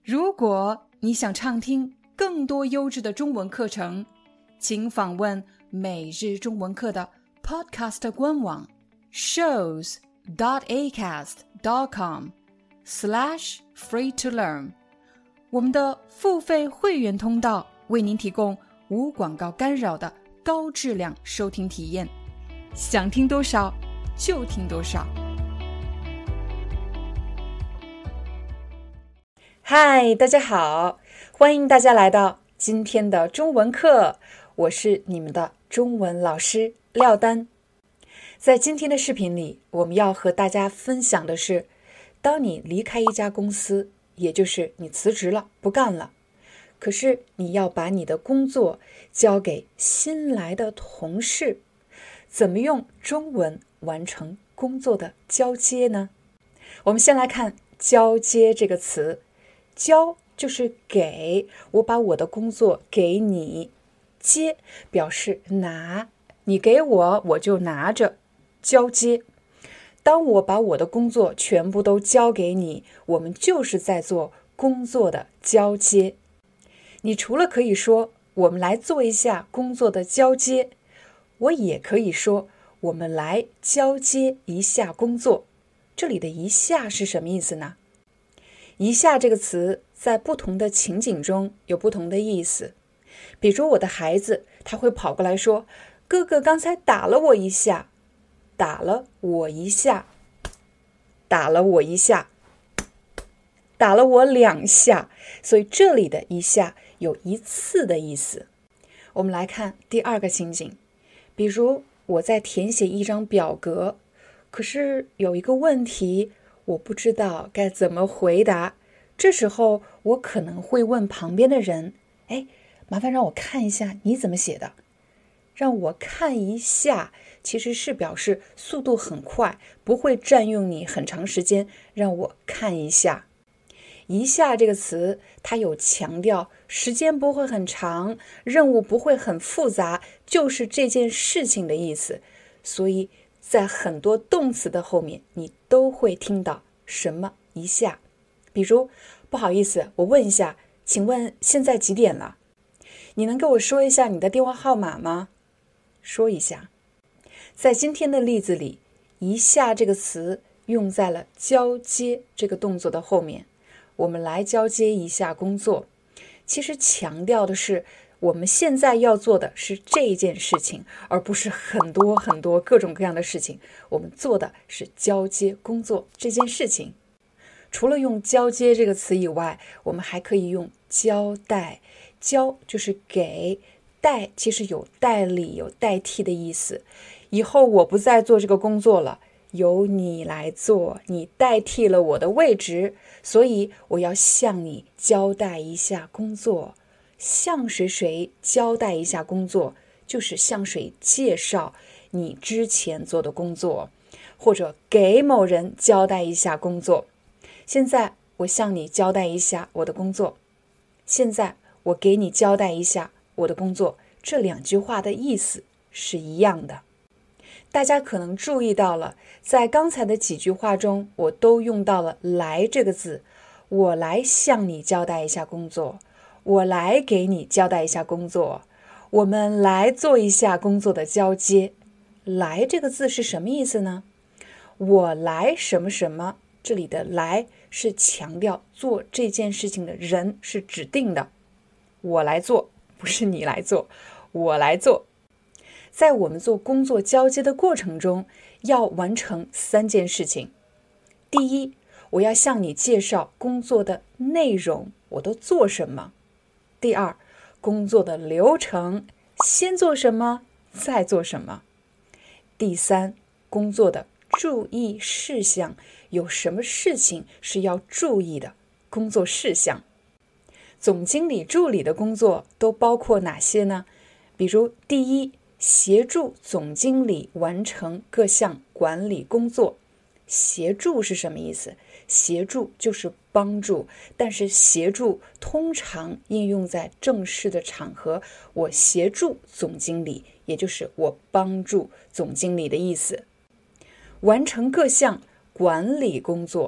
如果你想畅听更多优质的中文课程，请访问每日中文课的 Podcast 官网 shows.acast.com/free-to-learn。我们的付费会员通道为您提供无广告干扰的高质量收听体验，想听多少就听多少。嗨，大家好，欢迎大家来到今天的中文课，我是你们的中文老师廖丹。在今天的视频里，我们要和大家分享的是，当你离开一家公司，也就是你辞职了，不干了，可是你要把你的工作交给新来的同事，怎么用中文完成工作的交接呢？我们先来看交接这个词，交就是给，我把我的工作给你，接表示拿，你给我，我就拿着，交接。当我把我的工作全部都交给你，我们就是在做工作的交接。你除了可以说我们来做一下工作的交接，我也可以说我们来交接一下工作。这里的一下是什么意思呢？一下这个词在不同的情景中有不同的意思。比如我的孩子，他会跑过来说，哥哥刚才打了我一下，打了我一下，打了我一下，打了我2下，所以这里的一下有一次的意思。我们来看第二个情景，比如我在填写一张表格，可是有一个问题，我不知道该怎么回答，这时候我可能会问旁边的人，麻烦让我看一下你怎么写的。让我看一下其实是表示速度很快，不会占用你很长时间，让我看一下。一下这个词它有强调时间不会很长，任务不会很复杂，就是这件事情的意思，所以在很多动词的后面你都会听到什么一下。比如不好意思，我问一下，请问现在几点了？你能给我说一下你的电话号码吗？说一下。在今天的例子里，一下这个词用在了交接这个动作的后面，我们来交接一下工作。其实强调的是我们现在要做的是这件事情，而不是很多很多各种各样的事情，我们做的是交接工作这件事情。除了用交接这个词以外，我们还可以用交代。交就是给，代其实有代理有代替的意思。以后我不再做这个工作了，由你来做，你代替了我的位置，所以我要向你交代一下工作。向谁谁交代一下工作，就是向谁介绍你之前做的工作，或者给某人交代一下工作。现在我向你交代一下我的工作，现在我给你交代一下我的工作，这2句话的意思是一样的。大家可能注意到了，在刚才的几句话中，我都用到了来这个字，我来向你交代一下工作，我来给你交代一下工作，我们来做一下工作的交接。来这个字是什么意思呢？我来什么什么，这里的来是强调做这件事情的人是指定的，我来做，不是你来做，我来做。在我们做工作交接的过程中，要完成3件事情。第一，我要向你介绍工作的内容，我都做什么。第二，工作的流程，先做什么，再做什么。第三，工作的注意事项，有什么事情是要注意的，工作事项。总经理助理的工作都包括哪些呢？比如第一，协助总经理完成各项管理工作。协助是什么意思？协助就是帮助，但是协助通常应用在正式的场合，我协助总经理，也就是我帮助总经理的意思。完成各项管理工作，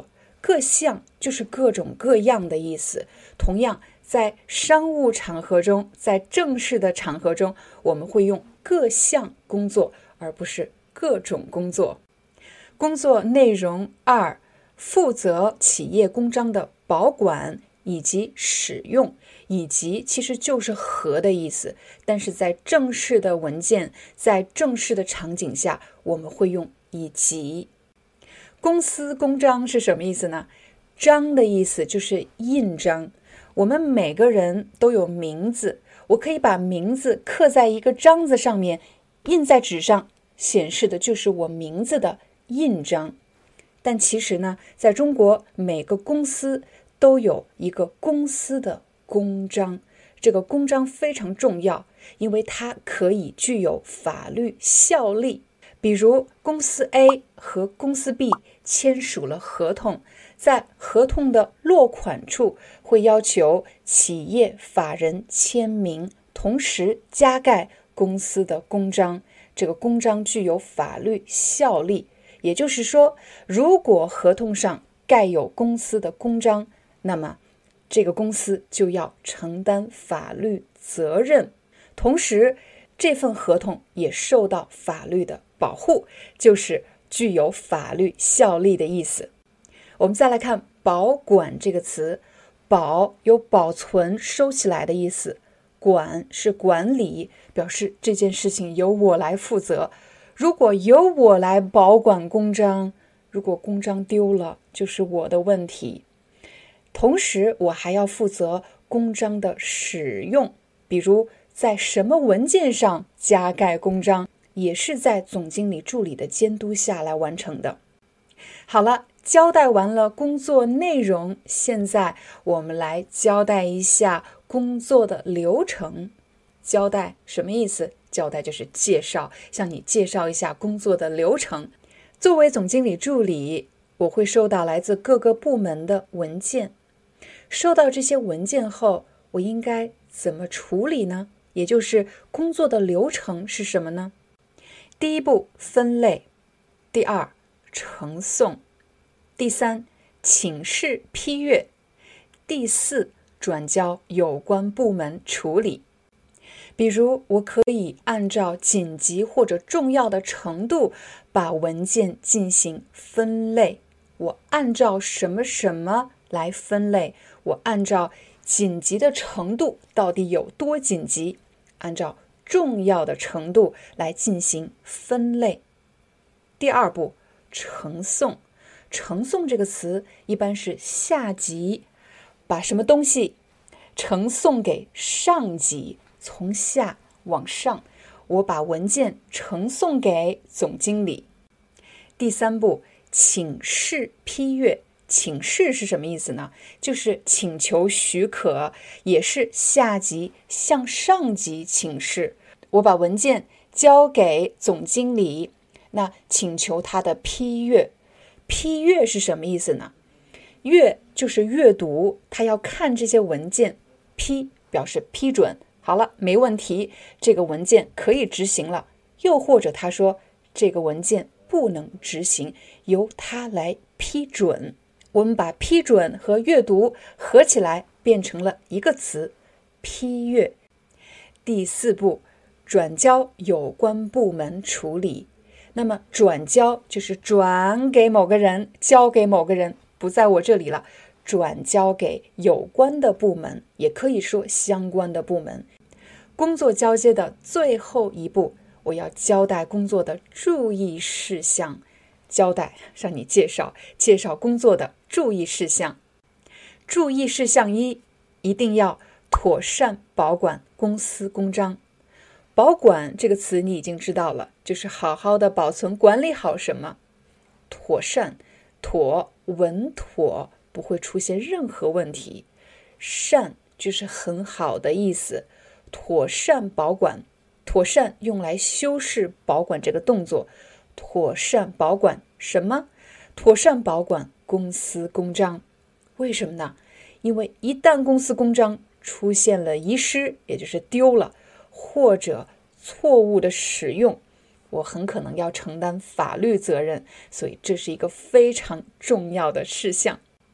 各项就是各种各样的意思。同样，在商务场合中，在正式的场合中，我们会用各项工作，而不是各种工作。工作内容2，负责企业公章的保管以及使用，以及其实就是和的意思，但是在正式的文件，在正式的场景下，我们会用以及。公司公章是什么意思呢？章的意思就是印章。我们每个人都有名字，我可以把名字刻在一个章子上面，印在纸上，显示的就是我名字的印章。但其实呢，在中国每个公司都有一个公司的公章，这个公章非常重要，因为它可以具有法律效力。比如公司 A 和公司 B 签署了合同，在合同的落款处会要求企业法人签名，同时加盖公司的公章，这个公章具有法律效力。也就是说，如果合同上盖有公司的公章，那么这个公司就要承担法律责任，同时这份合同也受到法律的保护，就是具有法律效力的意思。我们再来看保管这个词，保有保存收起来的意思，管是管理，表示这件事情由我来负责。如果由我来保管公章，如果公章丢了，就是我的问题。同时我还要负责公章的使用，比如在什么文件上加盖公章，也是在总经理助理的监督下来完成的。好了，交代完了工作内容，现在我们来交代一下工作的流程。交代什么意思？交代就是介绍，向你介绍一下工作的流程。作为总经理助理，我会收到来自各个部门的文件。收到这些文件后，我应该怎么处理呢？也就是工作的流程是什么呢？第一步，分类；第二，呈送；第三，请示批阅；第四，转交有关部门处理。比如，我可以按照紧急或者重要的程度把文件进行分类。我按照什么什么来分类？我按照紧急的程度到底有多紧急，按照重要的程度来进行分类。第二步，呈送。呈送这个词一般是下级把什么东西呈送给上级，从下往上，我把文件呈送给总经理。第三步，请示批阅。请示是什么意思呢？就是请求许可，也是下级向上级请示。我把文件交给总经理，那请求他的批阅。批阅是什么意思呢？阅就是阅读，他要看这些文件，批表示批准。好了，没问题，这个文件可以执行了。又或者他说这个文件不能执行，由他来批准。我们把批准和阅读合起来变成了一个词，批阅。第四步，转交有关部门处理。那么转交就是转给某个人，交给某个人，不在我这里了，转交给有关的部门，也可以说相关的部门。工作交接的最后一步，我要交代工作的注意事项。交代，让你介绍工作的注意事项。注意事项一，一定要妥善保管公司公章。保管这个词你已经知道了，就是好好的保存管理好什么。妥善，妥稳妥，不会出现任何问题。善就是很好的意思，妥善保管，妥善用来修饰保管这个动作。妥善保管什么？妥善保管公司公章。为什么呢？因为一旦公司公章出现了遗失，也就是丢了，或者错误的使用，我很可能要承担法律责任，所以这是一个非常重要的事项。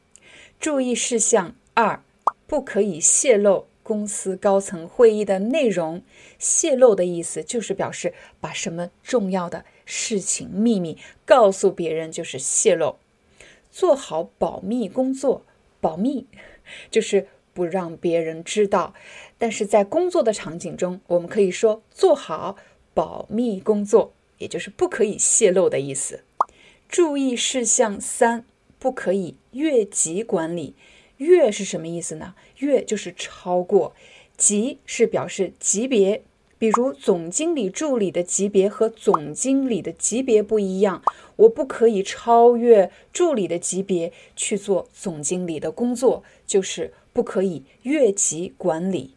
注意事项2，不可以泄露公司高层会议的内容。泄露的意思就是表示把什么重要的事情秘密告诉别人，就是泄露。做好保密工作，保密就是不让别人知道，但是在工作的场景中，我们可以说做好保密工作，也就是不可以泄露的意思。注意事项3，不可以越级管理。越是什么意思呢？越就是超过，级是表示级别，比如总经理助理的级别和总经理的级别不一样，我不可以超越助理的级别去做总经理的工作，就是不可以越级管理。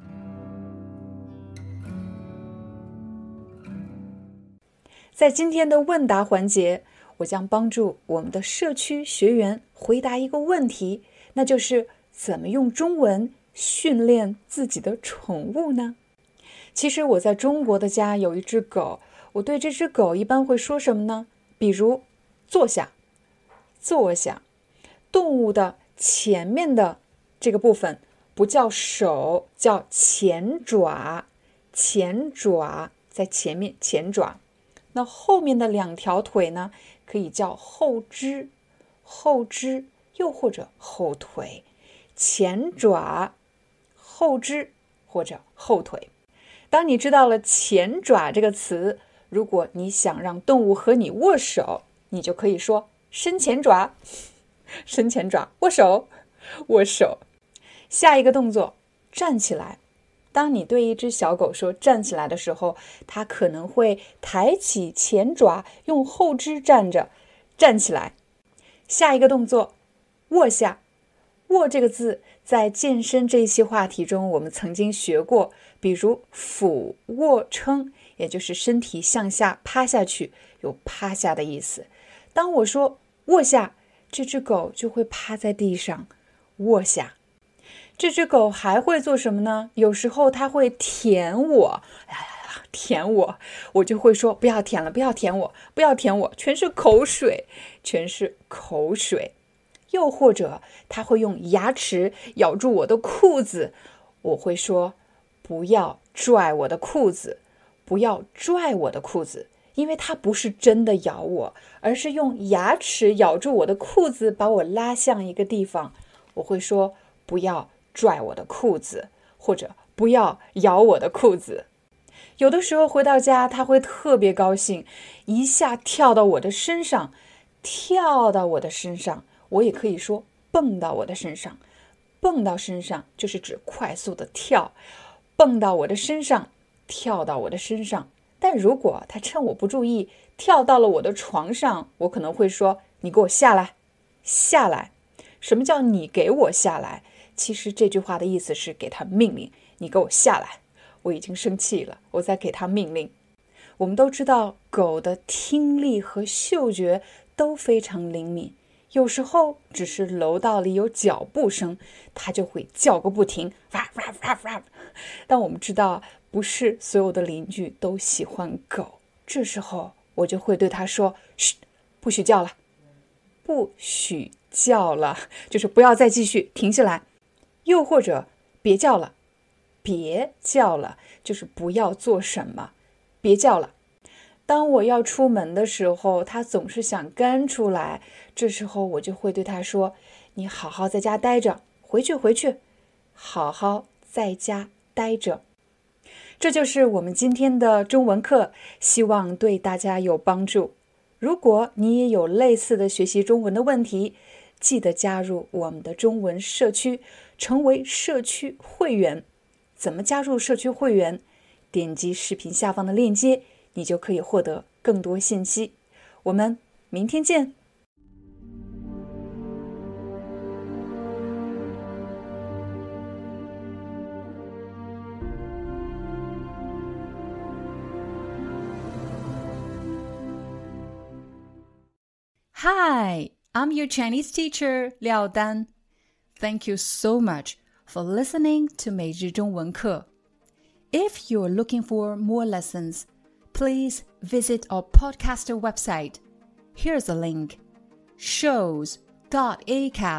在今天的问答环节，我将帮助我们的社区学员回答一个问题，那就是怎么用中文训练自己的宠物呢？其实我在中国的家有一只狗，我对这只狗一般会说什么呢？比如坐下，坐下。动物的前面的这个部分不叫手，叫前爪，前爪在前面，前爪。那后面的2条腿呢，可以叫后肢，后肢又或者后腿，前爪、后肢或者后腿。当你知道了前爪这个词，如果你想让动物和你握手，你就可以说伸前爪，伸前爪，握手，握手。下一个动作，站起来。当你对一只小狗说站起来的时候，它可能会抬起前爪，用后肢站着，站起来。下一个动作，握下。握这个字在健身这一期话题中我们曾经学过，比如俯卧撑，也就是身体向下趴下去，有趴下的意思。当我说握下，这只狗就会趴在地上，握下。这只狗还会做什么呢？有时候它会舔我，舔我，我就会说不要舔了，不要舔我，不要舔我，全是口水，全是口水。又或者它会用牙齿咬住我的裤子，我会说不要拽我的裤子，不要拽我的裤子，因为它不是真的咬我，而是用牙齿咬住我的裤子，把我拉向一个地方。我会说不要拽我的裤子，或者不要咬我的裤子。有的时候回到家，他会特别高兴，一下跳到我的身上，跳到我的身上。我也可以说蹦到我的身上，蹦到身上就是指快速的跳，蹦到我的身上，跳到我的身上。但如果他趁我不注意跳到了我的床上，我可能会说你给我下来，下来。什么叫你给我下来？其实这句话的意思是给他命令，你给我下来，我已经生气了，我在给他命令。我们都知道狗的听力和嗅觉都非常灵敏，有时候只是楼道里有脚步声，它就会叫个不停，但我们知道不是所有的邻居都喜欢狗，这时候我就会对它说，嘘，不许叫了，不许叫了，就是不要再继续，停下来。又或者别叫了，别叫了，就是不要做什么，别叫了。当我要出门的时候，他总是想跟出来，这时候我就会对他说，你好好在家待着，回去，好好在家待着。这就是我们今天的中文课，希望对大家有帮助。如果你也有类似的学习中文的问题，记得加入我们的中文社区，成为社区会员。怎么加入社区会员？点击视频下方的链接，你就可以获得更多信息。我们明天见。Hi, I'm your Chinese teacher, Liao Dan. Thank you so much for listening to 每日中文课。If you're looking for more lessons, please visit our podcaster website. Here's a link: shows.acast.com/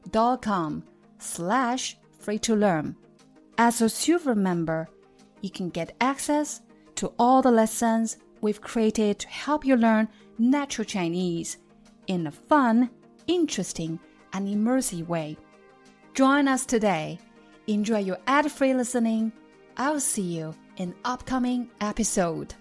silvermember.com/free-to-learn. As a silver member, you can get access to all the lessons we've created to help you learn natural Chinese in a fun, interesting, and immersive way. Join us today. Enjoy your ad-free listening. I'll see you in upcoming episode.